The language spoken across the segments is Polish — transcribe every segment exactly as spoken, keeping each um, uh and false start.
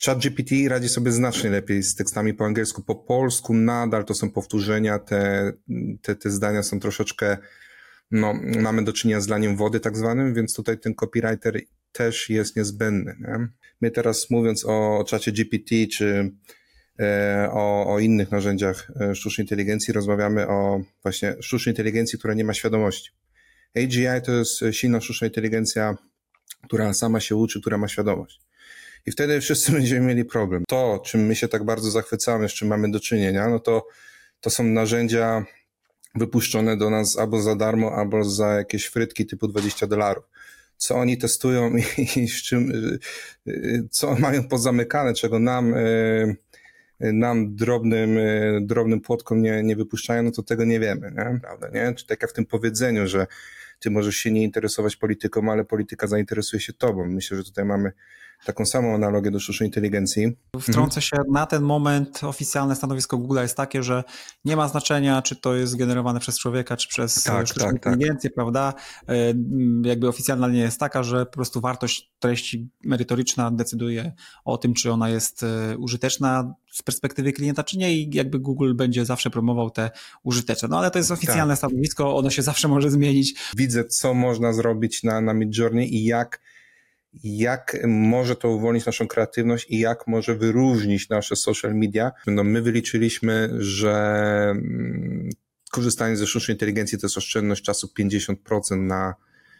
ChatGPT radzi sobie znacznie lepiej z tekstami po angielsku. Po polsku nadal to są powtórzenia, te, te, te zdania są troszeczkę, no, mamy do czynienia z laniem wody tak zwanym, więc tutaj ten copywriter też jest niezbędny. Nie? My teraz mówiąc o czacie G P T czy e, o, o innych narzędziach sztucznej inteligencji, rozmawiamy o właśnie sztucznej inteligencji, która nie ma świadomości. A G I to jest silna sztuczna inteligencja, która sama się uczy, która ma świadomość. I wtedy wszyscy będziemy mieli problem. To, czym my się tak bardzo zachwycamy, z czym mamy do czynienia, no to, to są narzędzia wypuszczone do nas albo za darmo, albo za jakieś frytki typu dwadzieścia dolarów. Co oni testują i, i z czym, co mają pozamykane, czego nam, nam drobnym, drobnym płotkom nie, nie wypuszczają, no to tego nie wiemy, nie? Prawda, nie? Czy tak jak w tym powiedzeniu, że ty możesz się nie interesować polityką, ale polityka zainteresuje się tobą. Myślę, że tutaj mamy taką samą analogię do sztucznej inteligencji. Wtrącę się, na ten moment oficjalne stanowisko Google jest takie, że nie ma znaczenia, czy to jest generowane przez człowieka, czy przez tak, sztuczną tak, inteligencję, tak. prawda? Jakby oficjalna linia jest taka, że po prostu wartość treści merytoryczna decyduje o tym, czy ona jest użyteczna z perspektywy klienta, czy nie, i jakby Google będzie zawsze promował te użyteczne. No ale to jest oficjalne tak. stanowisko, ono się zawsze może zmienić. Widzę, co można zrobić na, na Midjourney i jak jak może to uwolnić naszą kreatywność i jak może wyróżnić nasze social media. No my wyliczyliśmy, że korzystanie ze sztucznej inteligencji to jest oszczędność czasu pięćdziesiąt procent na,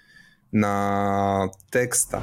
na tekstach.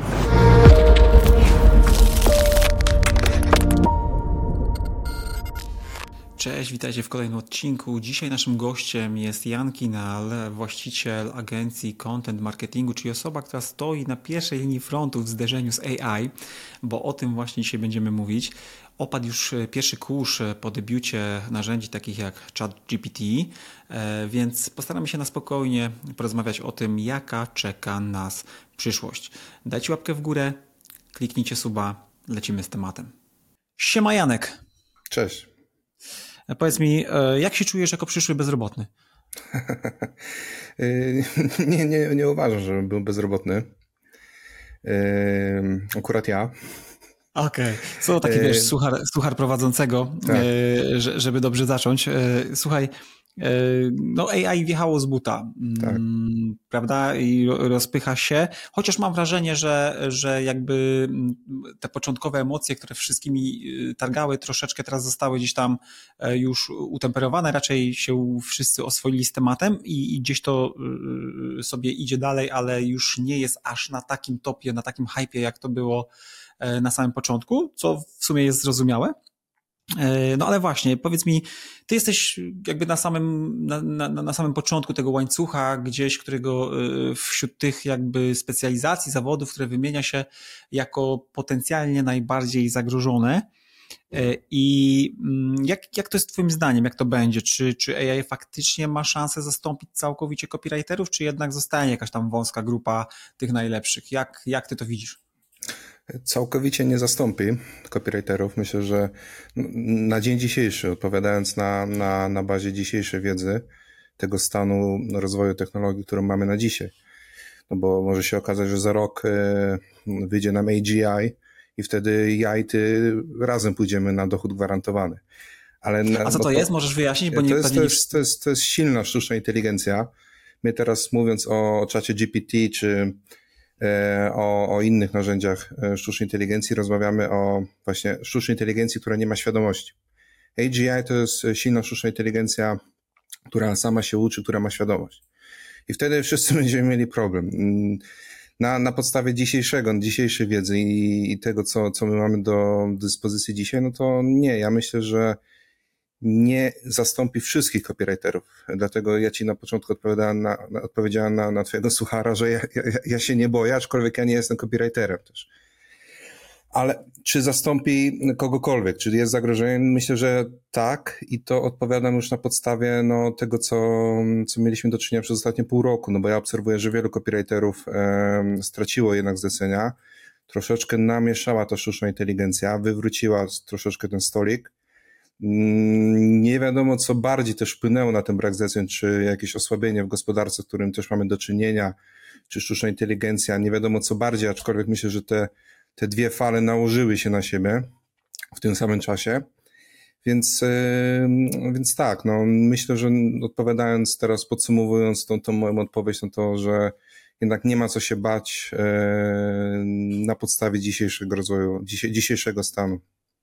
Cześć, witajcie w kolejnym odcinku. Dzisiaj naszym gościem jest Jan Kinal, właściciel agencji Content Marketingu, czyli osoba, która stoi na pierwszej linii frontu w zderzeniu z A I, bo o tym właśnie dzisiaj będziemy mówić. Opadł już pierwszy kurz po debiucie narzędzi takich jak ChatGPT, więc postaramy się na spokojnie porozmawiać o tym, jaka czeka nas przyszłość. Dajcie łapkę w górę, kliknijcie suba, lecimy z tematem. Siema Janek. Cześć. Powiedz mi, jak się czujesz jako przyszły bezrobotny? nie, nie, nie uważam, żebym był bezrobotny. Akurat ja. Okej, okay. Są taki, wiesz, suchar, suchar prowadzącego, tak. żeby dobrze zacząć. Słuchaj, no A I wjechało z buta, tak. prawda, i rozpycha się, chociaż mam wrażenie, że, że jakby te początkowe emocje, które wszystkimi targały, troszeczkę teraz zostały gdzieś tam już utemperowane, raczej się wszyscy oswoili z tematem i, i gdzieś to sobie idzie dalej, ale już nie jest aż na takim topie, na takim hypie, jak to było na samym początku, co w sumie jest zrozumiałe. No ale właśnie, powiedz mi, ty jesteś jakby na samym, na, na, na samym początku tego łańcucha gdzieś, którego wśród tych jakby specjalizacji, zawodów, które wymienia się jako potencjalnie najbardziej zagrożone. I jak, jak to jest twoim zdaniem, jak to będzie? Czy, czy A I faktycznie ma szansę zastąpić całkowicie copywriterów, czy jednak zostanie jakaś tam wąska grupa tych najlepszych? Jak, jak ty to widzisz? Całkowicie nie zastąpi copywriterów. Myślę, że na dzień dzisiejszy, odpowiadając na, na, na bazie dzisiejszej wiedzy tego stanu rozwoju technologii, którą mamy na dzisiaj. No bo może się okazać, że za rok wyjdzie nam A G I i wtedy ja i ty razem pójdziemy na dochód gwarantowany. Ale na, A co to, to jest? Możesz wyjaśnić? Bo nie, to, jest, to, nie... jest, to, jest, to jest silna sztuczna inteligencja. My teraz mówiąc o czacie G P T czy O, o innych narzędziach sztucznej inteligencji, rozmawiamy o właśnie sztucznej inteligencji, która nie ma świadomości. A G I to jest silna sztuczna inteligencja, która sama się uczy, która ma świadomość. I wtedy wszyscy będziemy mieli problem. Na, na podstawie dzisiejszego, dzisiejszej wiedzy i, i tego, co, co my mamy do dyspozycji dzisiaj, no to nie, ja myślę, że nie zastąpi wszystkich copywriterów. Dlatego ja ci na początku odpowiadałem na, na, odpowiedziałem na, na twojego suchara, że ja, ja, ja się nie boję, aczkolwiek ja nie jestem copywriterem też. Ale czy zastąpi kogokolwiek? Czy jest zagrożenie? Myślę, że tak i to odpowiadam już na podstawie no, tego, co, co mieliśmy do czynienia przez ostatnie pół roku, no bo ja obserwuję, że wielu copywriterów e, straciło jednak zlecenia. Troszeczkę namieszała ta sztuczna inteligencja, wywróciła troszeczkę ten stolik. Nie wiadomo, co bardziej też wpłynęło na ten brak zleceń, czy jakieś osłabienie w gospodarce, z którym też mamy do czynienia, czy sztuczna inteligencja, nie wiadomo co bardziej, aczkolwiek myślę, że te, te dwie fale nałożyły się na siebie. w tym samym czasie. Więc, więc tak, no myślę, że odpowiadając teraz, podsumowując tą, tą moją odpowiedź na to, że jednak nie ma co się bać na podstawie dzisiejszego rozwoju, dzisiejszego stanu.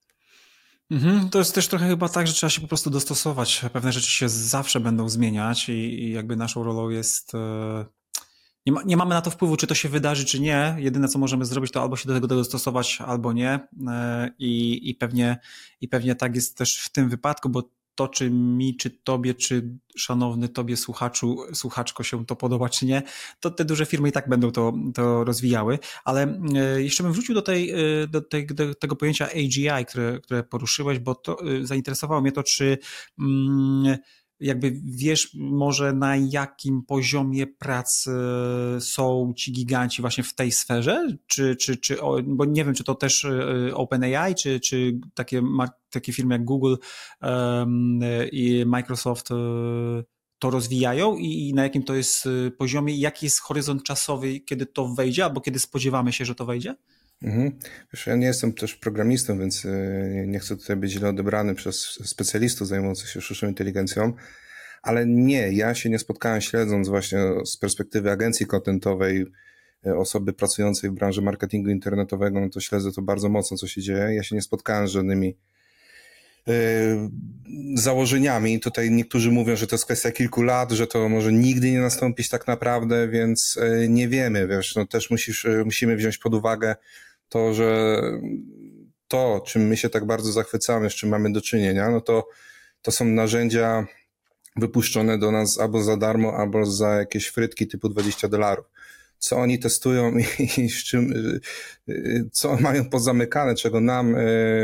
Mhm, to jest też trochę chyba tak, że trzeba się po prostu dostosować. Pewne rzeczy się zawsze będą zmieniać i, i jakby naszą rolą jest... Nie, ma, nie mamy na to wpływu, czy to się wydarzy, czy nie. Jedyne, co możemy zrobić, to albo się do tego dostosować, albo nie. I, i, pewnie, i pewnie tak jest też w tym wypadku, bo to, czy mi, czy tobie, czy szanowny tobie słuchaczu, słuchaczko się to podoba, czy nie, to te duże firmy i tak będą to, to rozwijały. Ale jeszcze bym wrócił do, tej, do, tej, do tego pojęcia A G I, które, które poruszyłeś, bo to zainteresowało mnie to, czy... Mm, jakby wiesz może na jakim poziomie pracy są ci giganci właśnie w tej sferze? Czy, czy, czy, bo nie wiem, czy to też OpenAI, czy, czy takie, takie firmy jak Google um, i Microsoft to rozwijają i, i na jakim to jest poziomie i jaki jest horyzont czasowy, kiedy to wejdzie, albo kiedy spodziewamy się, że to wejdzie? Mhm. Wiesz, ja nie jestem też programistą, więc nie chcę tutaj być źle odebrany przez specjalistów zajmujących się sztuczną inteligencją, ale nie, ja się nie spotkałem, śledząc właśnie z perspektywy agencji contentowej, osoby pracującej w branży marketingu internetowego, no to śledzę to bardzo mocno, co się dzieje. Ja się nie spotkałem z żadnymi yy, założeniami. Tutaj niektórzy mówią, że to jest kwestia kilku lat, że to może nigdy nie nastąpić tak naprawdę, więc yy, nie wiemy, wiesz, no też musisz, yy, musimy wziąć pod uwagę to, że to, czym my się tak bardzo zachwycamy, z czym mamy do czynienia, no to, to są narzędzia wypuszczone do nas albo za darmo, albo za jakieś frytki typu dwadzieścia dolarów. Co oni testują i, i z czym, co mają pozamykane, czego nam,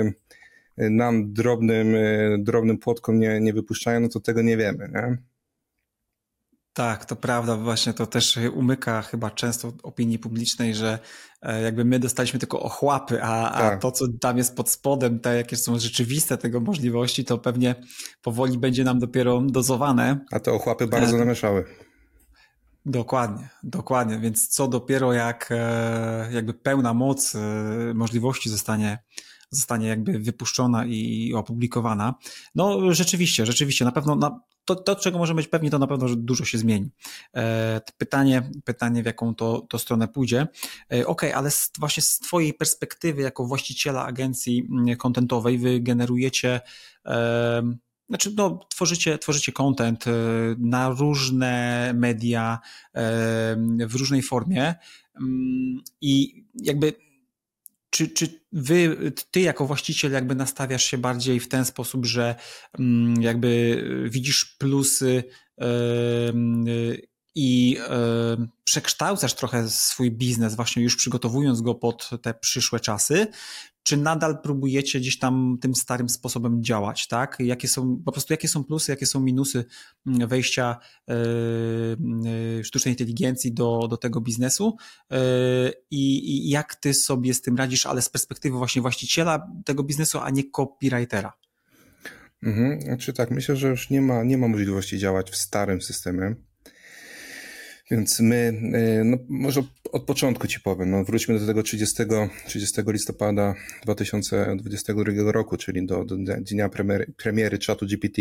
nam drobnym, drobnym płotkom nie, nie wypuszczają, no to tego nie wiemy, nie? Tak, to prawda, właśnie to też umyka chyba często opinii publicznej, że jakby my dostaliśmy tylko ochłapy, a, a tak. to, co tam jest pod spodem, te jakie są rzeczywiste tego możliwości, to pewnie powoli będzie nam dopiero dozowane. A te ochłapy bardzo e... namieszały. Dokładnie, dokładnie, więc co dopiero jak jakby pełna moc możliwości zostanie zostanie jakby wypuszczona i opublikowana. No rzeczywiście, rzeczywiście, na pewno na, to, to, czego możemy być pewni, to na pewno, że dużo się zmieni. E, pytanie, pytanie, w jaką to, to stronę pójdzie. E, Okej, okay, ale z, właśnie z twojej perspektywy jako właściciela agencji contentowej wy generujecie e, Znaczy, no, tworzycie, tworzycie content na różne media w różnej formie i jakby Czy, czy wy, ty jako właściciel jakby nastawiasz się bardziej w ten sposób, że jakby widzisz plusy i przekształcasz trochę swój biznes właśnie już przygotowując go pod te przyszłe czasy, czy nadal próbujecie gdzieś tam tym starym sposobem działać, tak? Jakie są, po prostu jakie są plusy, jakie są minusy wejścia yy, sztucznej inteligencji do, do tego biznesu yy, i jak ty sobie z tym radzisz, ale z perspektywy właśnie właściciela tego biznesu, a nie copywritera? Mhm. Znaczy tak, myślę, że już nie ma, nie ma możliwości działać w starym systemie. Więc my, no może od początku ci powiem, no wróćmy do tego trzydziestego listopada dwa tysiące dwudziestego drugiego roku, czyli do, do dnia premiery, premiery czatu G P T.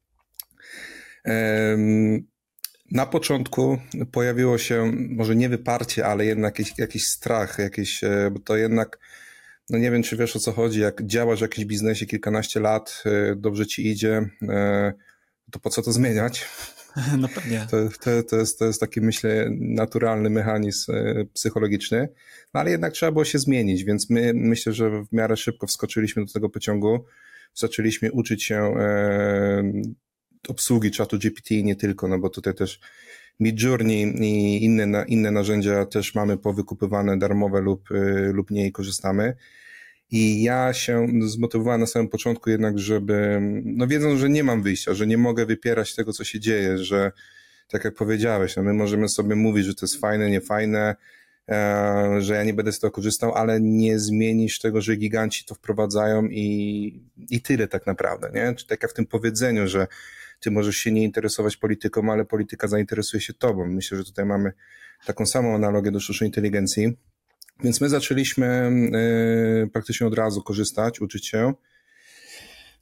Na początku pojawiło się może nie wyparcie, ale jednak jakiś, jakiś strach, jakieś, bo to jednak, no nie wiem, czy wiesz o co chodzi, jak działasz w jakimś biznesie kilkanaście lat, dobrze ci idzie, to po co to zmieniać? No pewnie. To, to, to, jest, to jest taki, myślę, naturalny mechanizm psychologiczny, no ale jednak trzeba było się zmienić, więc my myślę, że w miarę szybko wskoczyliśmy do tego pociągu, zaczęliśmy uczyć się e, obsługi czatu G P T nie tylko, no bo tutaj też Midjourney i inne, inne narzędzia też mamy powykupywane darmowe lub, lub nie i korzystamy. I ja się zmotywowałem na samym początku jednak, żeby, no wiedząc, że nie mam wyjścia, że nie mogę wypierać tego, co się dzieje, że tak jak powiedziałeś, no my możemy sobie mówić, że to jest fajne, nie fajne, e, że ja nie będę z tego korzystał, ale nie zmienisz tego, że giganci to wprowadzają i, i tyle tak naprawdę, nie? Czy tak jak w tym powiedzeniu, że ty możesz się nie interesować polityką, ale polityka zainteresuje się tobą. Myślę, że tutaj mamy taką samą analogię do sztucznej inteligencji. Więc my zaczęliśmy y, praktycznie od razu korzystać, uczyć się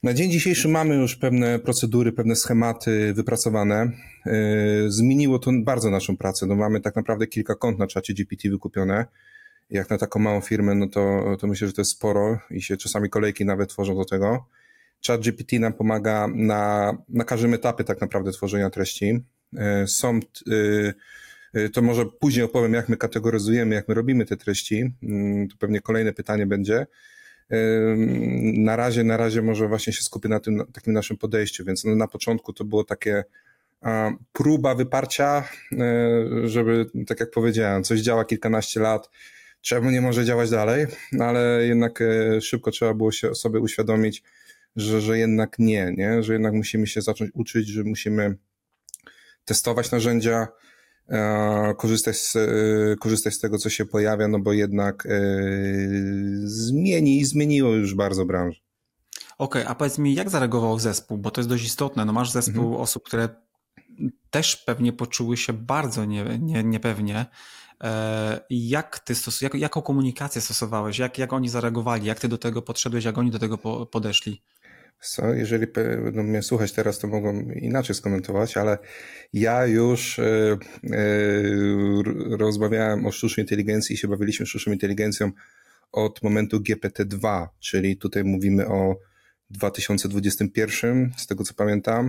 Na dzień dzisiejszy mamy już pewne procedury, pewne schematy wypracowane. Zmieniło to bardzo naszą pracę. No mamy tak naprawdę kilka kont na czacie G P T wykupione. Jak na taką małą firmę, no to, to myślę, że to jest sporo i się czasami kolejki nawet tworzą do tego. ChatGPT nam pomaga na, na każdym etapie tak naprawdę tworzenia treści. Są, to może później opowiem, jak my kategoryzujemy, jak my robimy te treści. To pewnie kolejne pytanie będzie. Na razie, na razie może właśnie się skupię na tym na takim naszym podejściu, więc no na początku to było takie próba wyparcia, żeby, tak jak powiedziałem, coś działa kilkanaście lat, czemu nie może działać dalej, no ale jednak szybko trzeba było się sobie uświadomić, że, że jednak nie, nie, że jednak musimy się zacząć uczyć, że musimy testować narzędzia, korzystać z, korzystać z tego, co się pojawia, no bo jednak zmieni i zmieniło już bardzo branżę. Okej, okay, a powiedz mi, jak zareagował zespół, bo to jest dość istotne, no masz zespół mhm. osób, które też pewnie poczuły się bardzo nie, nie, niepewnie. Jak ty stos- jak, jaką komunikację stosowałeś? Jak, jak oni zareagowali? Jak ty do tego podszedłeś? Jak oni do tego po- podeszli? Co, jeżeli będą mnie słuchać teraz, to mogą inaczej skomentować, ale ja już yy, yy, rozmawiałem o sztucznej inteligencji i się bawiliśmy sztuczną inteligencją od momentu G P T dwa, czyli tutaj mówimy o dwa tysiące dwudziestym pierwszym, z tego co pamiętam.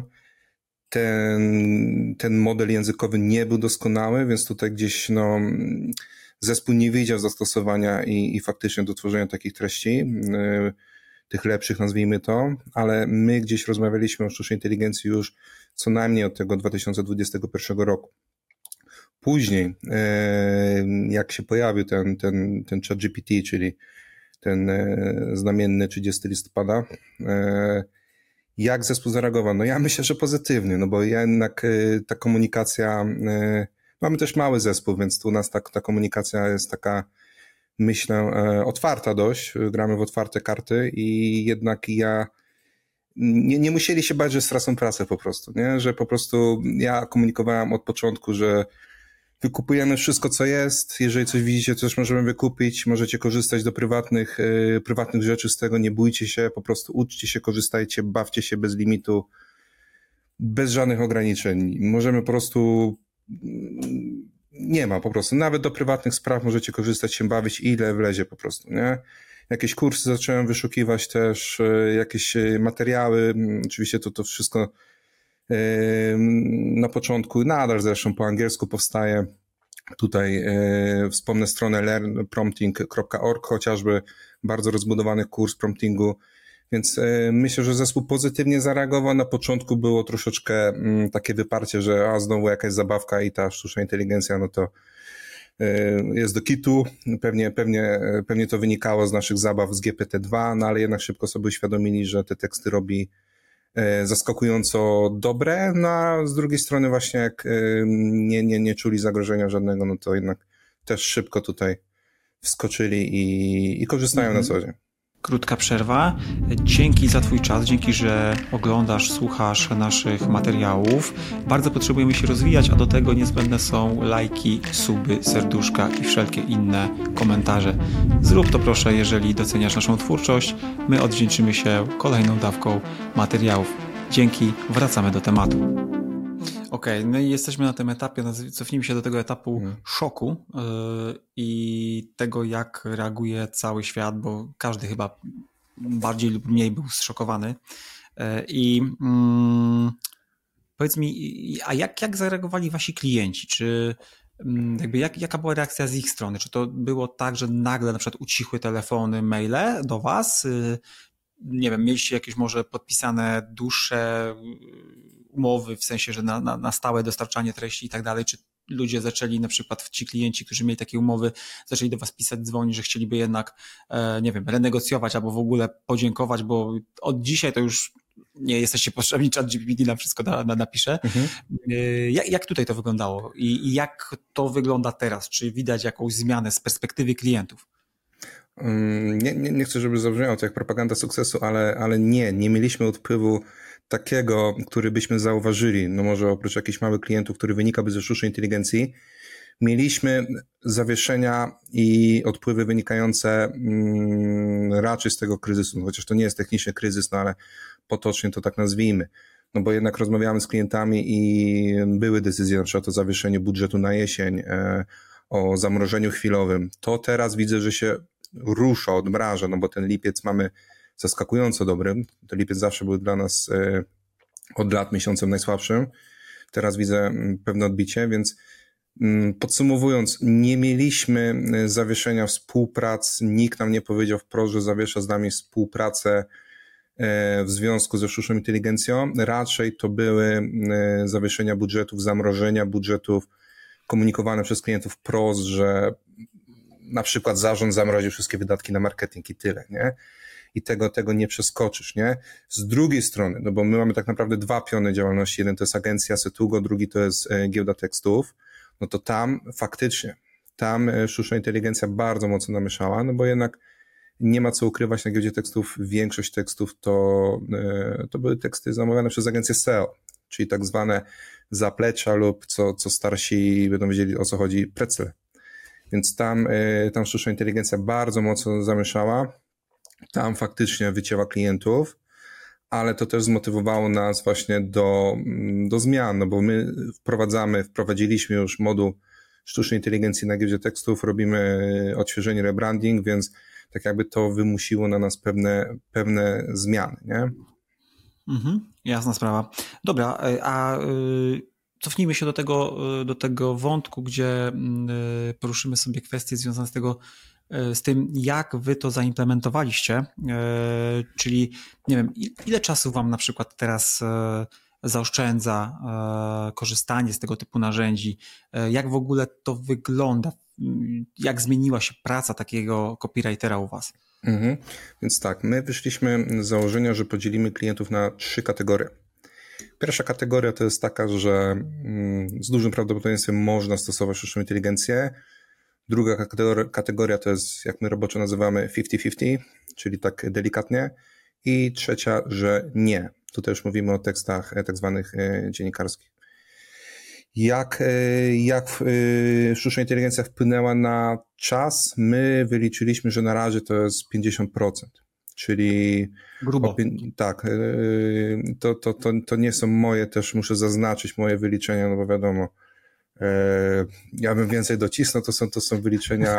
Ten, ten model językowy nie był doskonały, więc tutaj gdzieś no, zespół nie wiedział zastosowania i, i faktycznie do tworzenia takich treści, yy, tych lepszych nazwijmy to, ale my gdzieś rozmawialiśmy o sztucznej inteligencji już co najmniej od tego dwa tysiące dwudziestego pierwszego roku. Później, yy, jak się pojawił ten, ten, ten ChatGPT, czyli ten yy, znamienny trzydziestego listopada, yy, jak zespół zareagował? No ja myślę, że pozytywnie, no bo jednak y, ta komunikacja, y, mamy też mały zespół, więc tu u nas ta, ta komunikacja jest taka, myślę, y, otwarta dość, gramy w otwarte karty i jednak ja, nie, nie musieli się bać, że stracą pracę po prostu, nie? Że po prostu ja komunikowałem od początku, że wykupujemy wszystko, co jest. Jeżeli coś widzicie, to też możemy wykupić. Możecie korzystać do prywatnych, yy, prywatnych rzeczy z tego. Nie bójcie się, po prostu uczcie się, korzystajcie, bawcie się bez limitu, bez żadnych ograniczeń. Możemy po prostu... Nie ma po prostu. Nawet do prywatnych spraw możecie korzystać, się bawić, ile wlezie po prostu, nie? Jakieś kursy zacząłem wyszukiwać też, yy, jakieś materiały. Oczywiście to, to wszystko... na początku, nadal zresztą po angielsku powstaje. Tutaj e, wspomnę stronę learn prompting kropka org, chociażby bardzo rozbudowany kurs promptingu, więc e, myślę, że zespół pozytywnie zareagował. Na początku było troszeczkę m, takie wyparcie, że a znowu jakaś zabawka i ta sztuczna inteligencja, no to e, jest do kitu. Pewnie, pewnie, pewnie to wynikało z naszych zabaw z G P T dwa, no ale jednak szybko sobie uświadomili, że te teksty robi zaskakująco dobre, no a z drugiej strony właśnie jak nie, nie, nie czuli zagrożenia żadnego, no to jednak też szybko tutaj wskoczyli i, i korzystają mhm. na co dzień. Krótka przerwa. Dzięki za twój czas, dzięki, że oglądasz, słuchasz naszych materiałów. Bardzo potrzebujemy się rozwijać, a do tego niezbędne są lajki, suby, serduszka i wszelkie inne komentarze. Zrób to proszę, jeżeli doceniasz naszą twórczość. My odwdzięczymy się kolejną dawką materiałów. Dzięki, wracamy do tematu. Okej, okay, no i jesteśmy na tym etapie, cofnijmy się do tego etapu hmm. szoku yy, i tego, jak reaguje cały świat, bo każdy chyba bardziej lub mniej był zszokowany. Yy, I yy, powiedz mi, a jak, jak zareagowali wasi klienci? Czy yy, jakby jak, jaka była reakcja z ich strony? Czy to było tak, że nagle na przykład ucichły telefony, maile do was? Yy, nie wiem, mieliście jakieś może podpisane dłuższe umowy, w sensie, że na, na, na stałe dostarczanie treści i tak dalej, czy ludzie zaczęli, na przykład ci klienci, którzy mieli takie umowy, zaczęli do was pisać, dzwonić, że chcieliby jednak, e, nie wiem, renegocjować albo w ogóle podziękować, bo od dzisiaj to już nie jesteście potrzebni, ChatGPT nam wszystko na, na, napisze. Mhm. E, jak, jak tutaj to wyglądało I, i jak to wygląda teraz? Czy widać jakąś zmianę z perspektywy klientów? Nie, nie, nie chcę, żeby zabrzmiało to jak propaganda sukcesu, ale, ale nie, nie mieliśmy odpływu takiego, który byśmy zauważyli, no może oprócz jakichś małych klientów, który wynikałby ze sztucznej inteligencji, Mieliśmy zawieszenia i odpływy wynikające mm, raczej z tego kryzysu, no, chociaż to nie jest technicznie kryzys, no ale potocznie to tak nazwijmy. No bo jednak rozmawiamy z klientami i były decyzje na przykład o zawieszeniu budżetu na jesień, e, o zamrożeniu chwilowym. To teraz widzę, że się rusza, odmraża, no bo ten lipiec mamy zaskakująco dobry. To lipiec zawsze był dla nas e, od lat miesiącem najsłabszym. Teraz widzę pewne odbicie, więc podsumowując, nie mieliśmy zawieszenia współprac, nikt nam nie powiedział wprost, że zawiesza z nami współpracę w związku ze sztuczną inteligencją. Raczej to były zawieszenia budżetów, zamrożenia budżetów komunikowane przez klientów wprost, że na przykład zarząd zamroził wszystkie wydatki na marketing i tyle, nie? I tego, tego nie przeskoczysz, nie? Z drugiej strony, no bo my mamy tak naprawdę dwa piony działalności. Jeden to jest agencja Setugo, drugi to jest giełda tekstów. No to tam faktycznie, tam sztuczna inteligencja bardzo mocno namieszała, no bo jednak nie ma co ukrywać, na giełdzie tekstów większość tekstów to, to były teksty zamawiane przez agencję S E O, czyli tak zwane zaplecza lub co, co starsi będą wiedzieli, o co chodzi, precle. Więc tam, tam sztuczna inteligencja bardzo mocno zamieszała, tam faktycznie wycięła klientów, ale to też zmotywowało nas właśnie do, do zmian, no bo my wprowadzamy, wprowadziliśmy już moduł sztucznej inteligencji na giełdzie tekstów, robimy odświeżenie, rebranding, więc tak jakby to wymusiło na nas pewne, pewne zmiany, nie? Mhm, jasna sprawa. Dobra, a cofnijmy się do tego, do tego wątku, gdzie poruszymy sobie kwestie związane z tego, z tym, jak wy to zaimplementowaliście, czyli nie wiem, ile czasu wam na przykład teraz zaoszczędza korzystanie z tego typu narzędzi, jak w ogóle to wygląda, jak zmieniła się praca takiego copywritera u was? Mhm. Więc tak, my wyszliśmy z założenia, że podzielimy klientów na trzy kategorie. Pierwsza kategoria to jest taka, że z dużym prawdopodobieństwem można stosować sztuczną inteligencję. Druga kategoria to jest, jak my roboczo nazywamy, fifty fifty, czyli tak delikatnie. I trzecia, że nie. Tutaj już mówimy o tekstach tak zwanych dziennikarskich. Jak, jak sztuczna inteligencja wpłynęła na czas? My wyliczyliśmy, że na razie to jest pięćdziesiąt procent. Czyli grubo. Tak, to, to, to, to nie są moje, też muszę zaznaczyć moje wyliczenia, no bo wiadomo, ja bym więcej docisnął, to są, to są wyliczenia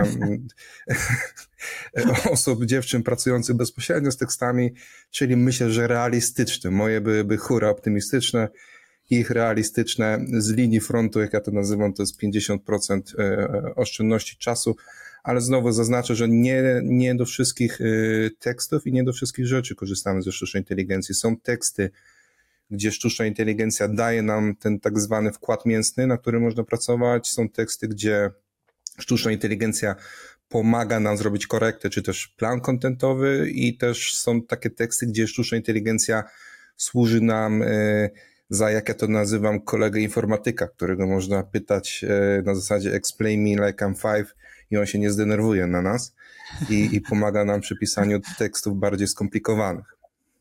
osób, dziewczyn pracujących bezpośrednio z tekstami, czyli myślę, że realistyczne. Moje byłyby hura optymistyczne, ich realistyczne z linii frontu, jak ja to nazywam, to jest pięćdziesiąt procent oszczędności czasu, ale znowu zaznaczę, że nie, nie do wszystkich tekstów i nie do wszystkich rzeczy korzystamy ze sztucznej inteligencji. Są teksty, gdzie sztuczna inteligencja daje nam ten tak zwany wkład mięsny, na którym można pracować. Są teksty, gdzie sztuczna inteligencja pomaga nam zrobić korektę, czy też plan kontentowy i też są takie teksty, gdzie sztuczna inteligencja służy nam za, jak ja to nazywam, kolegę informatyka, którego można pytać na zasadzie explain me like I'm five i on się nie zdenerwuje na nas i, i pomaga nam przy pisaniu tekstów bardziej skomplikowanych.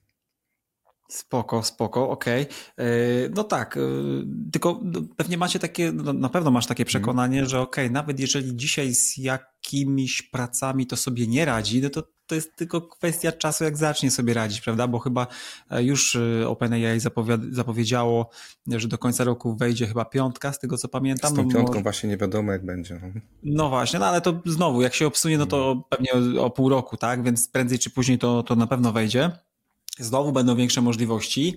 Spoko, spoko, okej. Okay. No tak, tylko pewnie macie takie, no na pewno masz takie przekonanie, mm. że okej, okay, nawet jeżeli dzisiaj z jakimiś pracami to sobie nie radzi, no to to jest tylko kwestia czasu, jak zacznie sobie radzić, prawda? Bo chyba już OpenAI zapowiedziało, że do końca roku wejdzie chyba piątka, z tego co pamiętam. Z tą no, piątką może... właśnie nie wiadomo, jak będzie. No. no właśnie, no ale to znowu, jak się obsunie, no to pewnie o pół roku, tak? Więc prędzej czy później to, to na pewno wejdzie. Znowu będą większe możliwości.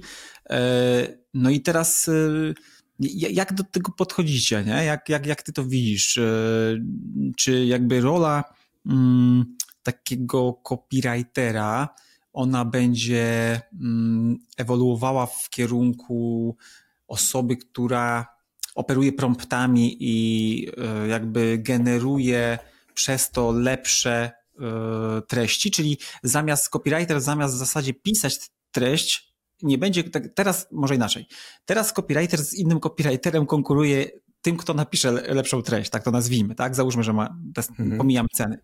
No i teraz jak do tego podchodzicie, nie? Jak, jak, jak ty to widzisz? Czy jakby rola mm, takiego copywritera, ona będzie mm, ewoluowała w kierunku osoby, która operuje promptami i jakby generuje przez to lepsze treści, czyli zamiast copywriter, zamiast w zasadzie pisać treść, nie będzie, teraz może inaczej, teraz copywriter z innym copywriterem konkuruje tym, kto napisze lepszą treść, tak to nazwijmy, tak? Załóżmy, że ma, mhm. pomijamy ceny.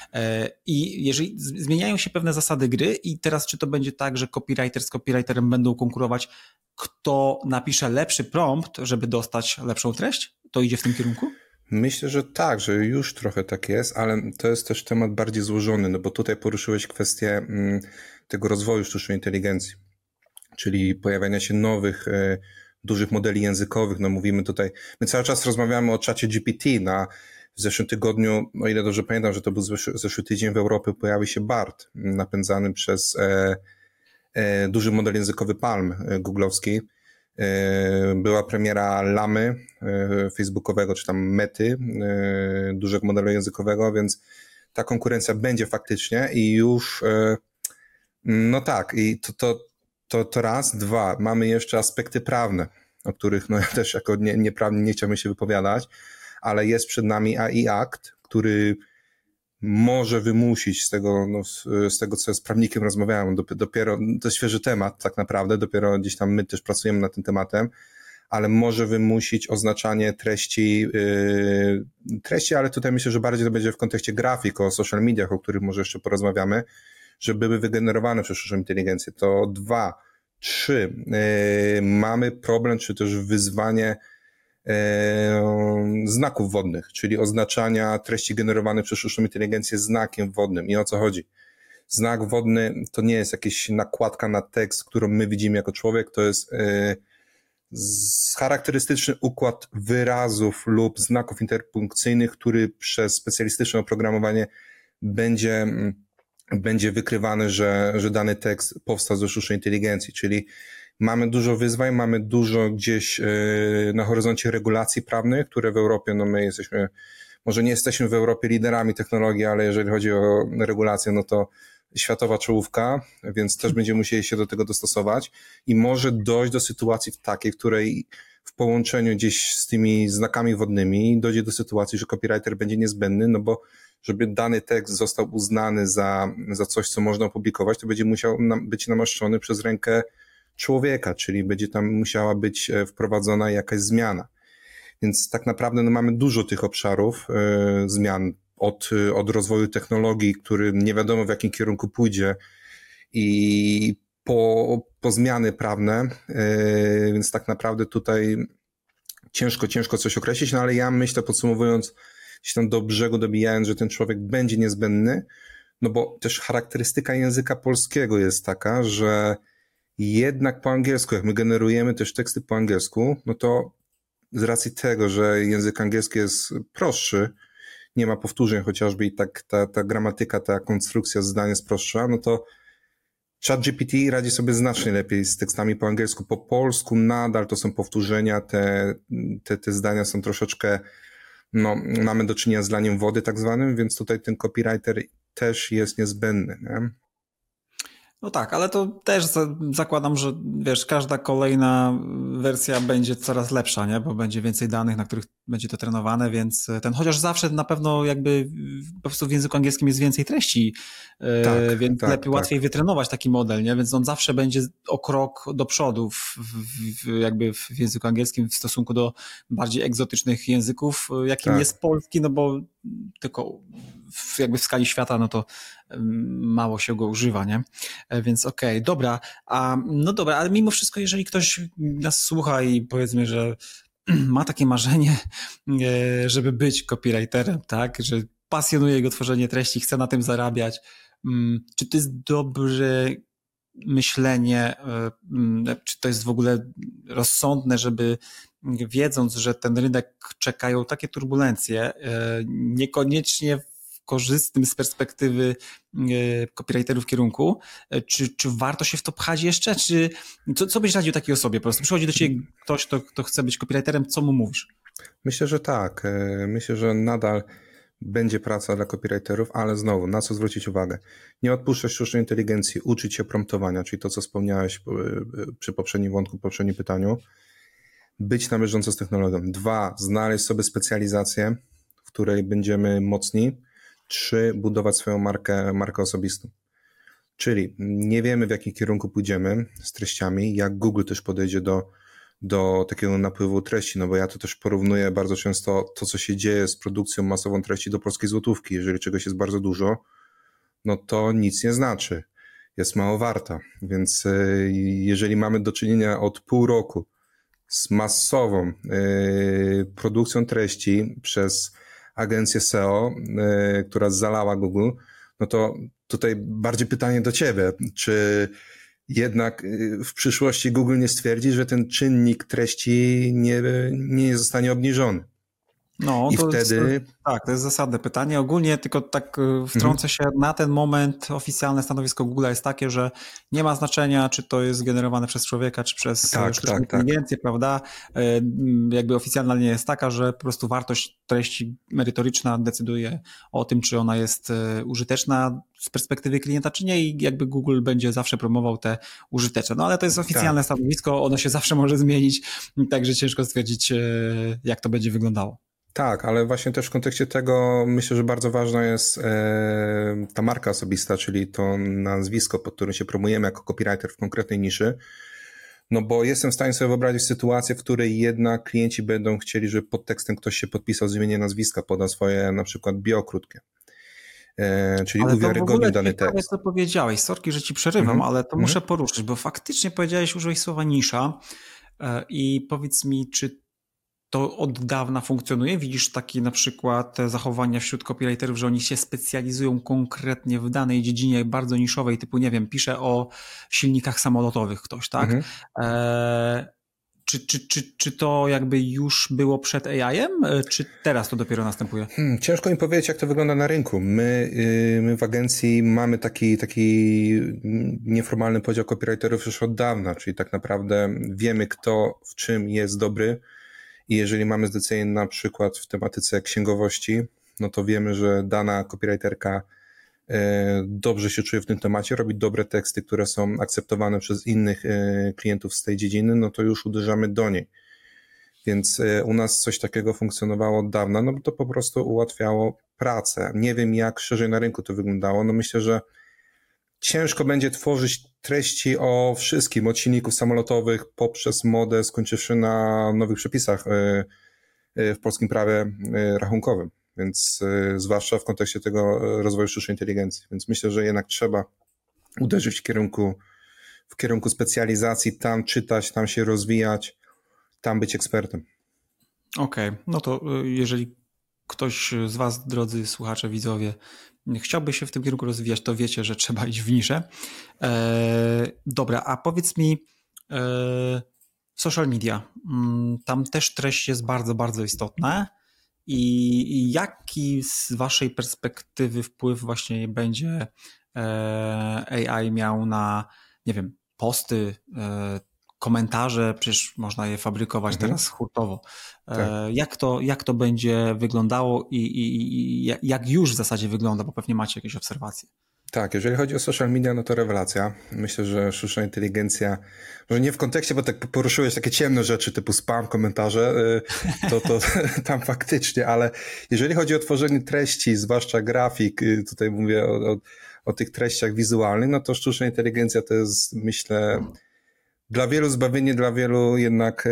I jeżeli zmieniają się pewne zasady gry i teraz czy to będzie tak, że copywriter z copywriterem będą konkurować, kto napisze lepszy prompt, żeby dostać lepszą treść? To idzie w tym kierunku? Myślę, że tak, że już trochę tak jest, ale to jest też temat bardziej złożony, no bo tutaj poruszyłeś kwestię mm, tego rozwoju sztucznej inteligencji, czyli pojawiania się nowych, y, dużych modeli językowych. No mówimy tutaj, my cały czas rozmawiamy o czacie G P T. Na w zeszłym tygodniu, o ile dobrze pamiętam, że to był zeszły, zeszły tydzień w Europie, pojawił się BART, napędzany przez e, e, duży model językowy Palm e, googlowski. Była premiera Lamy facebookowego, czy tam Mety, dużego modelu językowego, więc ta konkurencja będzie faktycznie i już, no tak, i to, to, to, to raz, dwa, mamy jeszcze aspekty prawne, o których no ja też jako nie, nieprawnie nie chciałbym się wypowiadać, ale jest przed nami A I Act, który może wymusić z tego, no, z tego, co z prawnikiem rozmawiałem, dopiero, to jest świeży temat tak naprawdę, dopiero gdzieś tam my też pracujemy nad tym tematem, ale może wymusić oznaczanie treści, yy, treści, ale tutaj myślę, że bardziej to będzie w kontekście grafik, o social mediach, o których może jeszcze porozmawiamy, żeby były wygenerowane przez sztuczną inteligencję. To dwa, trzy, yy, mamy problem, czy też wyzwanie znaków wodnych, czyli oznaczania treści generowanych przez sztuczną inteligencję znakiem wodnym. I o co chodzi? Znak wodny to nie jest jakaś nakładka na tekst, którą my widzimy jako człowiek, to jest charakterystyczny układ wyrazów lub znaków interpunkcyjnych, który przez specjalistyczne oprogramowanie będzie, będzie wykrywany, że, że dany tekst powstał ze sztucznej inteligencji, czyli mamy dużo wyzwań, mamy dużo gdzieś na horyzoncie regulacji prawnych, które w Europie, no my jesteśmy, może nie jesteśmy w Europie liderami technologii, ale jeżeli chodzi o regulację, no to światowa czołówka, więc też będziemy musieli się do tego dostosować i może dojść do sytuacji takiej, w której w połączeniu gdzieś z tymi znakami wodnymi dojdzie do sytuacji, że copywriter będzie niezbędny, no bo żeby dany tekst został uznany za, za coś, co można opublikować, to będzie musiał nam, być namaszczony przez rękę człowieka, czyli będzie tam musiała być wprowadzona jakaś zmiana. Więc tak naprawdę no, mamy dużo tych obszarów y, zmian od, od rozwoju technologii, który nie wiadomo w jakim kierunku pójdzie i po, po zmiany prawne, y, więc tak naprawdę tutaj ciężko, ciężko coś określić, no ale ja myślę, podsumowując, gdzieś tam do brzegu dobijając, że ten człowiek będzie niezbędny, no bo też charakterystyka języka polskiego jest taka, że jednak po angielsku, jak my generujemy też teksty po angielsku, no to z racji tego, że język angielski jest prostszy, nie ma powtórzeń chociażby i tak ta, ta gramatyka, ta konstrukcja zdania jest prostsza, no to ChatGPT radzi sobie znacznie lepiej z tekstami po angielsku. Po polsku nadal to są powtórzenia, te, te, te zdania są troszeczkę, no mamy do czynienia z laniem wody tak zwanym, więc tutaj ten copywriter też jest niezbędny, nie? No tak, ale to też zakładam, że wiesz, każda kolejna wersja będzie coraz lepsza, nie? Bo będzie więcej danych, na których będzie to trenowane, więc ten, chociaż zawsze na pewno jakby po prostu w języku angielskim jest więcej treści, tak, więc tak, lepiej, tak. łatwiej wytrenować taki model, nie? Więc on zawsze będzie o krok do przodu w, w, jakby w języku angielskim w stosunku do bardziej egzotycznych języków, jakim tak. jest polski, no bo tylko w, jakby w skali świata, no to mało się go używa, nie? Więc okej, okay, dobra, a no dobra, ale mimo wszystko, jeżeli ktoś nas słucha i powiedzmy, że ma takie marzenie, żeby być copywriterem, tak, że pasjonuje go tworzenie treści, chce na tym zarabiać, czy to jest dobre myślenie, czy to jest w ogóle rozsądne, żeby wiedząc, że ten rynek czekają takie turbulencje, niekoniecznie korzystnym z perspektywy copywriterów kierunku, czy, czy warto się w to pchać jeszcze, czy co, co byś radził takiej osobie? Po prostu przychodzi do ciebie ktoś, kto, kto chce być copywriterem, co mu mówisz? Myślę, że tak. Myślę, że nadal będzie praca dla copywriterów, ale znowu, na co zwrócić uwagę? Nie odpuszczać sztucznej inteligencji, uczyć się promptowania, czyli to, co wspomniałeś przy poprzednim wątku, poprzednim pytaniu. Być na bieżąco z technologią. Dwa, znaleźć sobie specjalizację, w której będziemy mocni. Trzy, budować swoją markę, markę osobistą. Czyli nie wiemy, w jakim kierunku pójdziemy z treściami, jak Google też podejdzie do, do takiego napływu treści, no bo ja to też porównuję bardzo często to, co się dzieje z produkcją masową treści do polskiej złotówki. Jeżeli czegoś jest bardzo dużo, no to nic nie znaczy. Jest mało warta. Więc jeżeli mamy do czynienia od pół roku z masową y, produkcją treści przez agencję S E O, y, która zalała Google, no to tutaj bardziej pytanie do ciebie, czy jednak w przyszłości Google nie stwierdzi, że ten czynnik treści nie, nie zostanie obniżony. No, I to wtedy... jest, tak, to jest zasadne pytanie. Ogólnie tylko tak wtrącę się, na ten moment oficjalne stanowisko Google jest takie, że nie ma znaczenia, czy to jest generowane przez człowieka, czy przez tak, sztuczną tak, inteligencję, tak. prawda? Jakby oficjalna linia jest taka, że po prostu wartość treści merytoryczna decyduje o tym, czy ona jest użyteczna z perspektywy klienta, czy nie, i jakby Google będzie zawsze promował te użyteczne. No ale to jest oficjalne tak. stanowisko, ono się zawsze może zmienić, także ciężko stwierdzić, jak to będzie wyglądało. Tak, ale właśnie też w kontekście tego myślę, że bardzo ważna jest e, ta marka osobista, czyli to nazwisko, pod którym się promujemy jako copywriter w konkretnej niszy. No bo jestem w stanie sobie wyobrazić sytuację, w której jednak klienci będą chcieli, żeby pod tekstem ktoś się podpisał z imieniem nazwiska, podał swoje na przykład bio krótkie. E, czyli ale uwiarygodnił dany tekst. Co powiedziałeś, sorki, że ci przerywam, mm-hmm. ale to mm-hmm. muszę poruszyć, bo faktycznie powiedziałeś, użyłeś słowa nisza e, i powiedz mi, czy to od dawna funkcjonuje? Widzisz takie na przykład zachowania wśród copywriterów, że oni się specjalizują konkretnie w danej dziedzinie bardzo niszowej, typu, nie wiem, pisze o silnikach samolotowych ktoś, tak? Mhm. E, czy, czy, czy, czy to jakby już było przed A I-em, czy teraz to dopiero następuje? Hmm, ciężko mi powiedzieć, jak to wygląda na rynku. My, yy, my w agencji mamy taki, taki nieformalny podział copywriterów już od dawna, czyli tak naprawdę wiemy, kto w czym jest dobry. I jeżeli mamy zlecenie na przykład w tematyce księgowości, no to wiemy, że dana copywriterka dobrze się czuje w tym temacie, robi dobre teksty, które są akceptowane przez innych klientów z tej dziedziny, no to już uderzamy do niej. Więc u nas coś takiego funkcjonowało od dawna, no bo to po prostu ułatwiało pracę. Nie wiem, jak szerzej na rynku to wyglądało, no myślę, że ciężko będzie tworzyć treści o wszystkim, od silników samolotowych poprzez modę, skończywszy na nowych przepisach w polskim prawie rachunkowym, więc zwłaszcza w kontekście tego rozwoju sztucznej inteligencji. Więc myślę, że jednak trzeba uderzyć w kierunku, w kierunku specjalizacji, tam czytać, tam się rozwijać, tam być ekspertem. Okej, okay. No to jeżeli ktoś z was, drodzy słuchacze, widzowie, chciałby się w tym kierunku rozwijać, to wiecie, że trzeba iść w niszę. Eee, dobra, a powiedz mi, e, social media, tam też treść jest bardzo, bardzo istotna i, i jaki z waszej perspektywy wpływ właśnie będzie e, A I miał na, nie wiem, posty, e, komentarze, przecież można je fabrykować mhm. teraz hurtowo. Tak. Jak to, jak to będzie wyglądało i, i, i jak już w zasadzie wygląda, bo pewnie macie jakieś obserwacje. Tak, jeżeli chodzi o social media, no to rewelacja. Myślę, że sztuczna inteligencja, może nie w kontekście, bo tak poruszyłeś takie ciemne rzeczy typu spam, komentarze, to, to tam faktycznie, ale jeżeli chodzi o tworzenie treści, zwłaszcza grafik, tutaj mówię o, o, o tych treściach wizualnych, no to sztuczna inteligencja to jest, myślę, dla wielu zbawienie, dla wielu jednak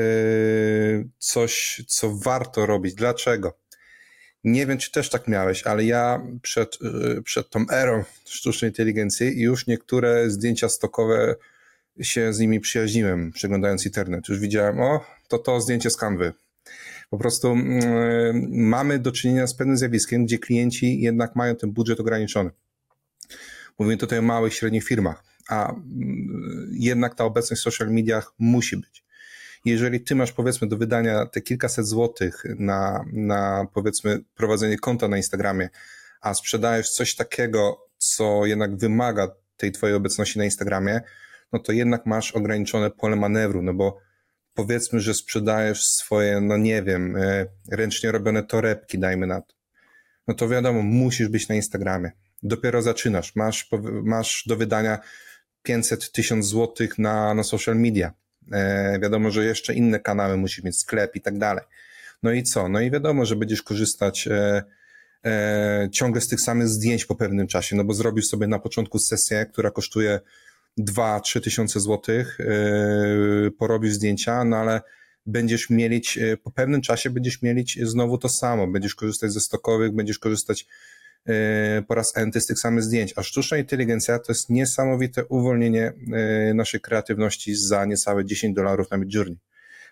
coś, co warto robić. Dlaczego? Nie wiem, czy też tak miałeś, ale ja przed, przed tą erą sztucznej inteligencji już niektóre zdjęcia stokowe się z nimi przyjaźniłem, przeglądając internet. Już widziałem, o, to to zdjęcie z Canvy. Po prostu yy, mamy do czynienia z pewnym zjawiskiem, gdzie klienci jednak mają ten budżet ograniczony. Mówimy tutaj o małych, średnich firmach, a yy, jednak ta obecność w social mediach musi być. Jeżeli ty masz, powiedzmy, do wydania te kilkaset złotych na, na, powiedzmy, prowadzenie konta na Instagramie, a sprzedajesz coś takiego, co jednak wymaga tej twojej obecności na Instagramie, no to jednak masz ograniczone pole manewru, no bo powiedzmy, że sprzedajesz swoje, no nie wiem, ręcznie robione torebki, dajmy na to. No to wiadomo, musisz być na Instagramie. Dopiero zaczynasz, masz, masz do wydania pięćset tysięcy złotych na, na social media. E, wiadomo, że jeszcze inne kanały, musisz mieć sklep i tak dalej. No i co? No i wiadomo, że będziesz korzystać e, e, ciągle z tych samych zdjęć po pewnym czasie, no bo zrobisz sobie na początku sesję, która kosztuje dwa trzy tysiące złotych, e, porobisz zdjęcia, no ale będziesz mielić, e, po pewnym czasie będziesz mielić znowu to samo, będziesz korzystać ze stokowych, będziesz korzystać po raz enty z tych samych zdjęć, a sztuczna inteligencja to jest niesamowite uwolnienie naszej kreatywności za niecałe dziesięć dolarów na Midjourney.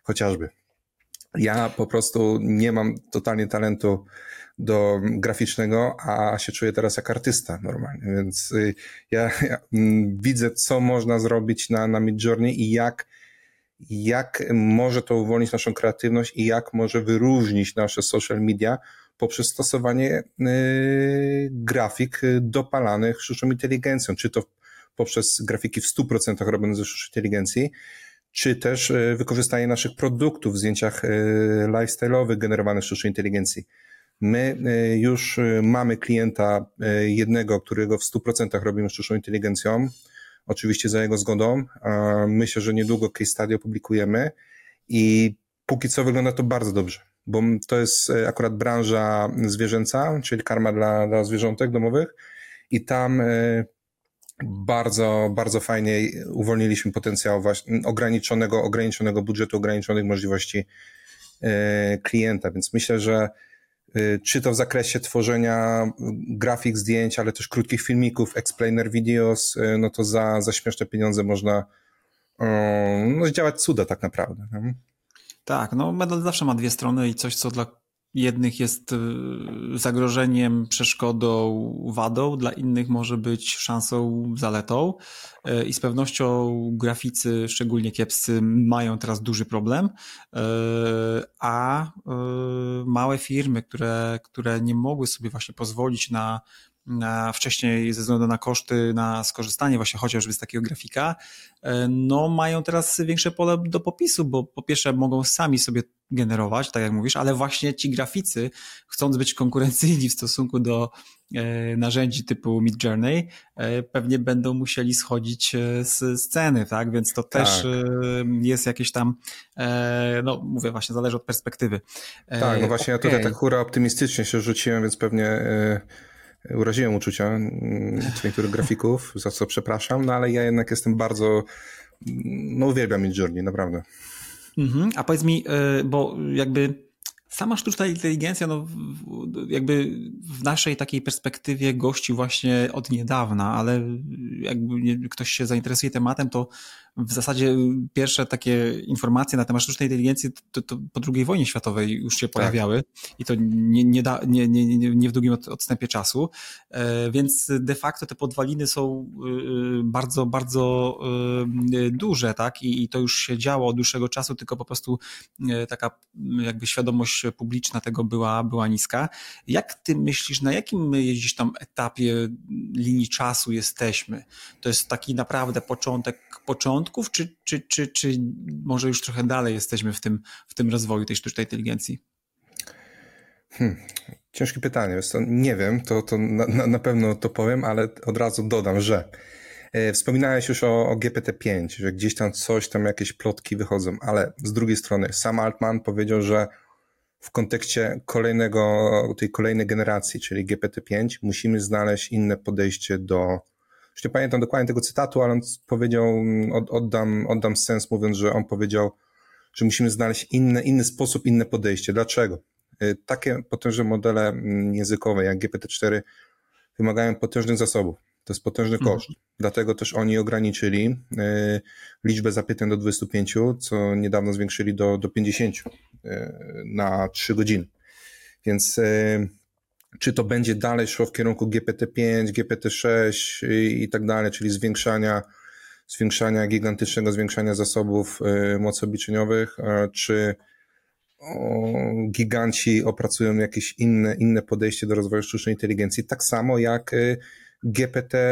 chociażby. Ja po prostu nie mam totalnie talentu do graficznego, a się czuję teraz jak artysta normalnie, więc ja, ja widzę, co można zrobić na, na Midjourney i jak, jak może to uwolnić naszą kreatywność i jak może wyróżnić nasze social media poprzez stosowanie yy, grafik dopalanych sztuczną inteligencją, czy to poprzez grafiki w stu procentach robione ze sztucznej inteligencji, czy też wykorzystanie naszych produktów w zdjęciach lifestyle'owych generowanych w sztucznej inteligencji. My już mamy klienta jednego, którego w stu procentach robimy sztuczną inteligencją, oczywiście za jego zgodą. Myślę, że niedługo case study opublikujemy i póki co wygląda to bardzo dobrze, bo to jest akurat branża zwierzęca, czyli karma dla, dla zwierzątek domowych i tam bardzo, bardzo fajnie uwolniliśmy potencjał właśnie ograniczonego, ograniczonego budżetu, ograniczonych możliwości klienta, więc myślę, że czy to w zakresie tworzenia grafik, zdjęć, ale też krótkich filmików, explainer videos, no to za, za śmieszne pieniądze można no, zdziałać cuda tak naprawdę. Tak, no medal zawsze ma dwie strony i coś, co dla jednych jest zagrożeniem, przeszkodą, wadą, dla innych może być szansą, zaletą i z pewnością graficy, szczególnie kiepscy, mają teraz duży problem, a małe firmy, które, które nie mogły sobie właśnie pozwolić na Na, wcześniej ze względu na koszty, na skorzystanie właśnie chociażby z takiego grafika, no mają teraz większe pole do popisu, bo po pierwsze mogą sami sobie generować, tak jak mówisz, ale właśnie ci graficy, chcąc być konkurencyjni w stosunku do e, narzędzi typu Midjourney, e, pewnie będą musieli schodzić z sceny, tak? Więc to tak. też e, jest jakieś tam, e, no mówię właśnie, zależy od perspektywy. E, tak, no właśnie okay. Ja tutaj tak hura optymistycznie się rzuciłem, więc pewnie e, uraziłem uczucia niektórych grafików, za co przepraszam, no ale ja jednak jestem bardzo, no uwielbiam Midjourney, naprawdę. Mhm. A powiedz mi, bo jakby sama sztuczna inteligencja, no jakby w naszej takiej perspektywie gości właśnie od niedawna, ale jakby ktoś się zainteresuje tematem, to w zasadzie pierwsze takie informacje na temat sztucznej inteligencji to, to po drugiej wojnie światowej już się pojawiały tak. I to nie, nie, da, nie, nie, nie w długim odstępie czasu, więc de facto te podwaliny są bardzo, bardzo duże, tak? I, i to już się działo od dłuższego czasu, tylko po prostu taka jakby świadomość publiczna tego była, była niska. Jak ty myślisz, na jakim my gdzieś tam etapie linii czasu jesteśmy? To jest taki naprawdę początek początków, czy, czy, czy, czy może już trochę dalej jesteśmy w tym, w tym rozwoju tej sztucznej inteligencji? Hmm. Ciężkie pytanie. Nie wiem, to, to na, na pewno to powiem, ale od razu dodam, że wspominałeś już o, o G P T pięć, że gdzieś tam coś, tam jakieś plotki wychodzą, ale z drugiej strony Sam Altman powiedział, że w kontekście kolejnego, tej kolejnej generacji, czyli G P T pięć, musimy znaleźć inne podejście do, już nie pamiętam dokładnie tego cytatu, ale on powiedział, od, oddam, oddam sens mówiąc, że on powiedział, że musimy znaleźć inny, inny sposób, inne podejście. Dlaczego? Takie potężne modele językowe jak G P T cztery wymagają potężnych zasobów. To jest potężny koszt. Mhm. Dlatego też oni ograniczyli y, liczbę zapytań do dwudziestu pięciu, co niedawno zwiększyli do, do pięćdziesięciu y, na trzy godziny. Więc y, czy to będzie dalej szło w kierunku G P T pięć, G P T sześć y, i tak dalej, czyli zwiększania, zwiększania gigantycznego zwiększania zasobów y, mocy obliczeniowych, y, czy o, giganci opracują jakieś inne, inne podejście do rozwoju sztucznej inteligencji, tak samo jak y, G P T,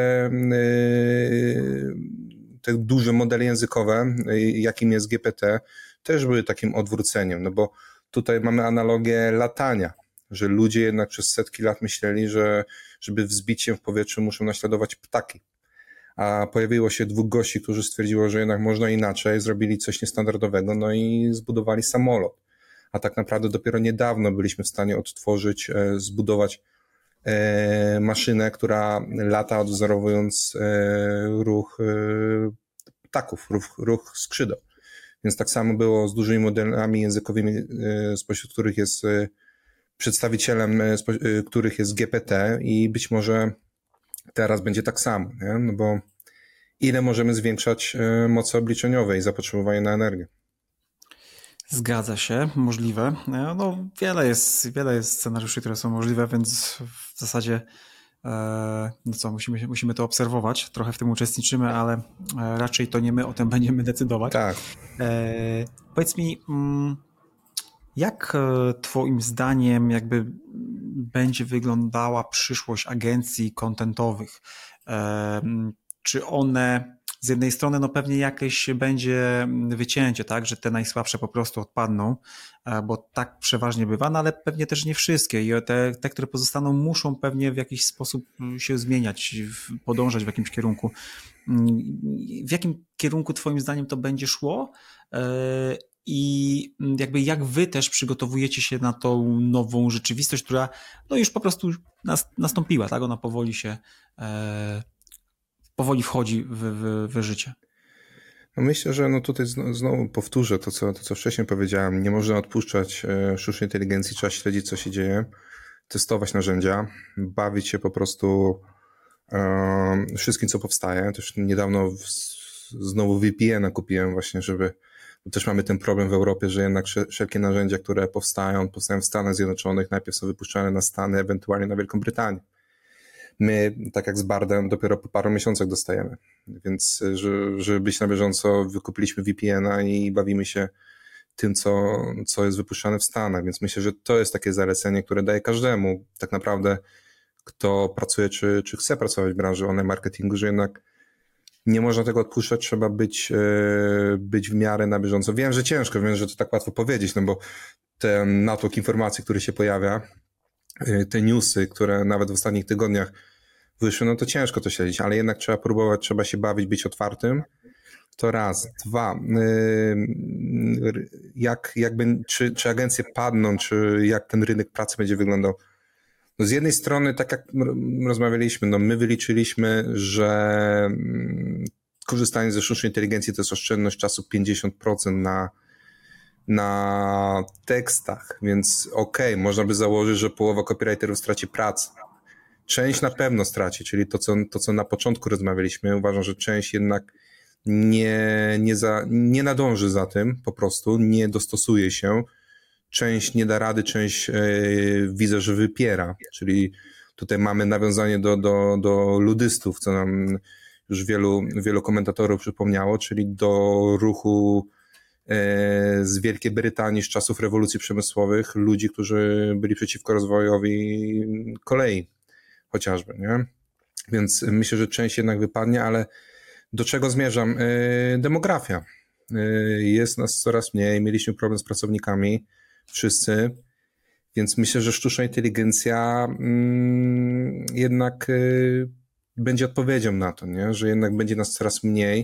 te duże modele językowe, jakim jest G P T, też były takim odwróceniem, no bo tutaj mamy analogię latania, że ludzie jednak przez setki lat myśleli, że żeby wzbić się w powietrzu muszą naśladować ptaki, a pojawiło się dwóch gości, którzy stwierdziło, że jednak można inaczej, zrobili coś niestandardowego, no i zbudowali samolot, a tak naprawdę dopiero niedawno byliśmy w stanie odtworzyć, zbudować maszynę, która lata odwzorowując ruch ptaków, ruch, ruch skrzydeł. Więc tak samo było z dużymi modelami językowymi, spośród których jest przedstawicielem, których jest G P T i być może teraz będzie tak samo, nie? No bo ile możemy zwiększać mocy obliczeniowej i zapotrzebowanie na energię? Zgadza się, możliwe. No, wiele jest, wiele jest scenariuszy, które są możliwe, więc w zasadzie no co, musimy, musimy to obserwować, trochę w tym uczestniczymy, ale raczej to nie my o tym będziemy decydować. Tak. E, powiedz mi, jak twoim zdaniem jakby będzie wyglądała przyszłość agencji contentowych? E, czy one z jednej strony no pewnie jakieś będzie wycięcie, tak, że te najsłabsze po prostu odpadną, bo tak przeważnie bywa, no ale pewnie też nie wszystkie i te, te, które pozostaną, muszą pewnie w jakiś sposób się zmieniać, podążać w jakimś kierunku. W jakim kierunku twoim zdaniem to będzie szło? I jakby jak wy też przygotowujecie się na tą nową rzeczywistość, która no już po prostu nastąpiła, tak? Ona powoli się powoli wchodzi w, w, w życie. No myślę, że no tutaj znowu powtórzę to co, to, co wcześniej powiedziałem. Nie można odpuszczać sztucznej inteligencji, trzeba śledzić, co się dzieje, testować narzędzia, bawić się po prostu um, wszystkim, co powstaje. Też niedawno w, znowu V P N a kupiłem właśnie, żeby, bo też mamy ten problem w Europie, że jednak wszelkie narzędzia, które powstają, powstają w Stanach Zjednoczonych, najpierw są wypuszczane na Stany, ewentualnie na Wielką Brytanię. My, tak jak z Bardem, dopiero po paru miesiącach dostajemy. Więc, żeby być na bieżąco, wykupiliśmy V P N a i bawimy się tym, co, co jest wypuszczane w Stanach. Więc myślę, że to jest takie zalecenie, które daje każdemu, tak naprawdę, kto pracuje, czy, czy chce pracować w branży online marketingu, że jednak nie można tego odpuszczać, trzeba być, być w miarę na bieżąco. Wiem, że ciężko, wiem, że to tak łatwo powiedzieć, no bo ten natłok informacji, który się pojawia, te newsy, które nawet w ostatnich tygodniach wyszły, no to ciężko to śledzić, ale jednak trzeba próbować, trzeba się bawić, być otwartym. To raz. Dwa. Jak, jakby, czy, czy agencje padną, czy jak ten rynek pracy będzie wyglądał? No z jednej strony, tak jak rozmawialiśmy, no my wyliczyliśmy, że korzystanie ze sztucznej inteligencji to jest oszczędność czasu pięćdziesiąt procent na na tekstach, więc okej, okay, można by założyć, że połowa copywriterów straci pracę. Część na pewno straci, czyli to co, to, co na początku rozmawialiśmy. Uważam, że część jednak nie, nie, za, nie nadąży za tym, po prostu nie dostosuje się. Część nie da rady, część yy, widzę, że wypiera, czyli tutaj mamy nawiązanie do, do, do ludystów, co nam już wielu, wielu komentatorów przypomniało, czyli do ruchu z Wielkiej Brytanii z czasów rewolucji przemysłowych, ludzi, którzy byli przeciwko rozwojowi kolei chociażby, nie? Więc myślę, że część jednak wypadnie, ale do czego zmierzam? Demografia. Jest nas coraz mniej, mieliśmy problem z pracownikami, wszyscy, więc myślę, że sztuczna inteligencja jednak będzie odpowiedzią na to, nie? Że jednak będzie nas coraz mniej,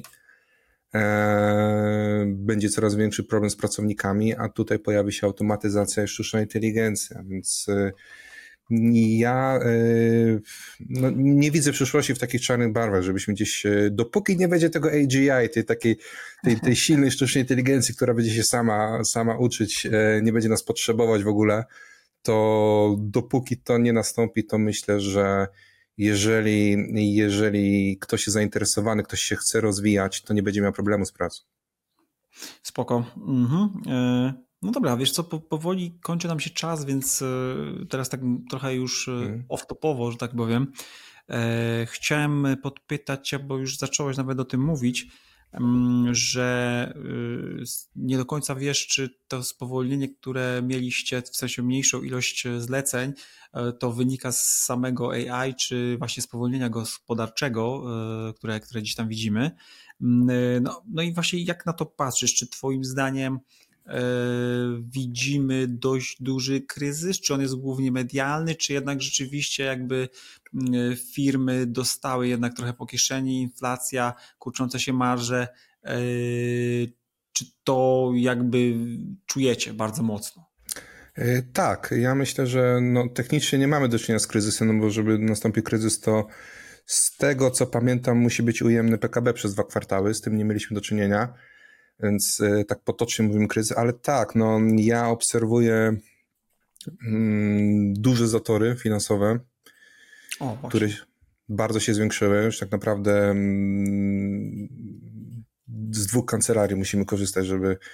będzie coraz większy problem z pracownikami, a tutaj pojawi się automatyzacja i sztuczna inteligencja, więc ja no, nie widzę przyszłości w takich czarnych barwach, żebyśmy gdzieś, dopóki nie będzie tego A G I, tej takiej tej, tej silnej sztucznej inteligencji, która będzie się sama, sama uczyć, nie będzie nas potrzebować w ogóle, to dopóki to nie nastąpi, to myślę, że Jeżeli, jeżeli ktoś jest zainteresowany, ktoś się chce rozwijać, to nie będzie miał problemu z pracą. Spoko. Mhm. No dobra, wiesz co, powoli kończy nam się czas, więc teraz tak trochę już mhm. off-topowo, że tak powiem. Chciałem podpytać cię, bo już zacząłeś nawet o tym mówić, że nie do końca wiesz, czy to spowolnienie, które mieliście, w sensie mniejszą ilość zleceń, to wynika z samego A I, czy właśnie spowolnienia gospodarczego, które, które gdzieś tam widzimy. No, no i właśnie jak na to patrzysz? Czy twoim zdaniem widzimy dość duży kryzys? Czy on jest głównie medialny, czy jednak rzeczywiście jakby firmy dostały jednak trochę po kieszeni, inflacja, kurczące się marże? Czy to jakby czujecie bardzo mocno? Tak, ja myślę, że no, technicznie nie mamy do czynienia z kryzysem, no bo żeby nastąpił kryzys, to z tego co pamiętam musi być ujemny P K B przez dwa kwartały, z tym nie mieliśmy do czynienia. Więc tak potocznie mówimy kryzys, ale tak, no ja obserwuję mm, duże zatory finansowe, o, które bardzo się zwiększyły. Już tak naprawdę mm, z dwóch kancelarii musimy korzystać, żeby,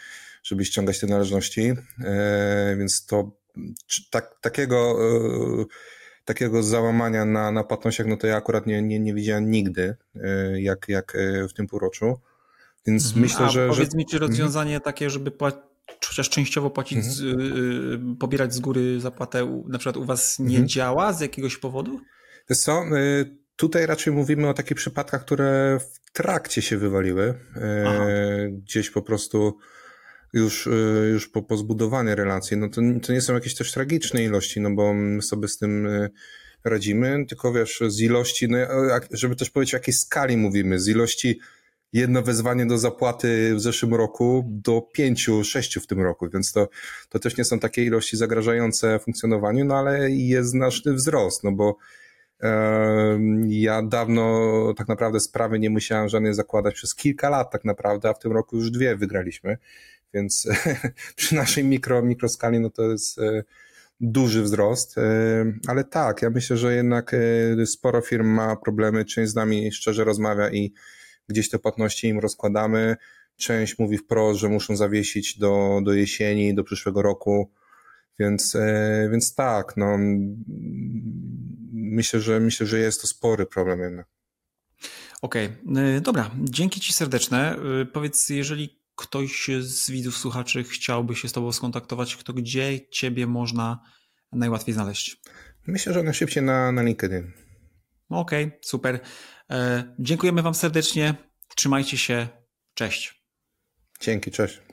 żeby ściągać te należności, więc to tak, takiego, takiego załamania na, na płatnościach, no to ja akurat nie, nie, nie widziałem nigdy, jak, jak w tym półroczu, więc mhm. myślę, A że... powiedz że... mi, czy rozwiązanie mhm. takie, żeby płacić, chociaż częściowo płacić, mhm. z, pobierać z góry zapłatę, na przykład u was nie mhm. działa z jakiegoś powodu? Wiesz co, tutaj raczej mówimy o takich przypadkach, które w trakcie się wywaliły. Aha. Gdzieś po prostu już, już po, po zbudowaniu relacji. No to, to nie są jakieś też tragiczne ilości, no bo my sobie z tym radzimy, tylko wiesz, z ilości, no, żeby też powiedzieć o jakiej skali mówimy, z ilości jedno wezwanie do zapłaty w zeszłym roku do pięciu, sześciu w tym roku, więc to, to też nie są takie ilości zagrażające funkcjonowaniu, no ale jest znaczny wzrost, no bo ja dawno tak naprawdę sprawy nie musiałem żadnej zakładać przez kilka lat tak naprawdę, a w tym roku już dwie wygraliśmy, więc przy naszej mikro, mikroskali no to jest duży wzrost, ale tak, ja myślę, że jednak sporo firm ma problemy, część z nami szczerze rozmawia i gdzieś te płatności im rozkładamy, część mówi wprost, że muszą zawiesić do, do jesieni, do przyszłego roku, więc, więc tak, no myślę, że myślę, że jest to spory problem jednak. Okej, okay. Dobra, dzięki ci serdeczne. Powiedz, jeżeli ktoś z widzów, słuchaczy chciałby się z tobą skontaktować, to gdzie ciebie można najłatwiej znaleźć? Myślę, że najszybciej na, na LinkedIn. Okej, okay, super. Dziękujemy wam serdecznie. Trzymajcie się. Cześć. Dzięki, cześć.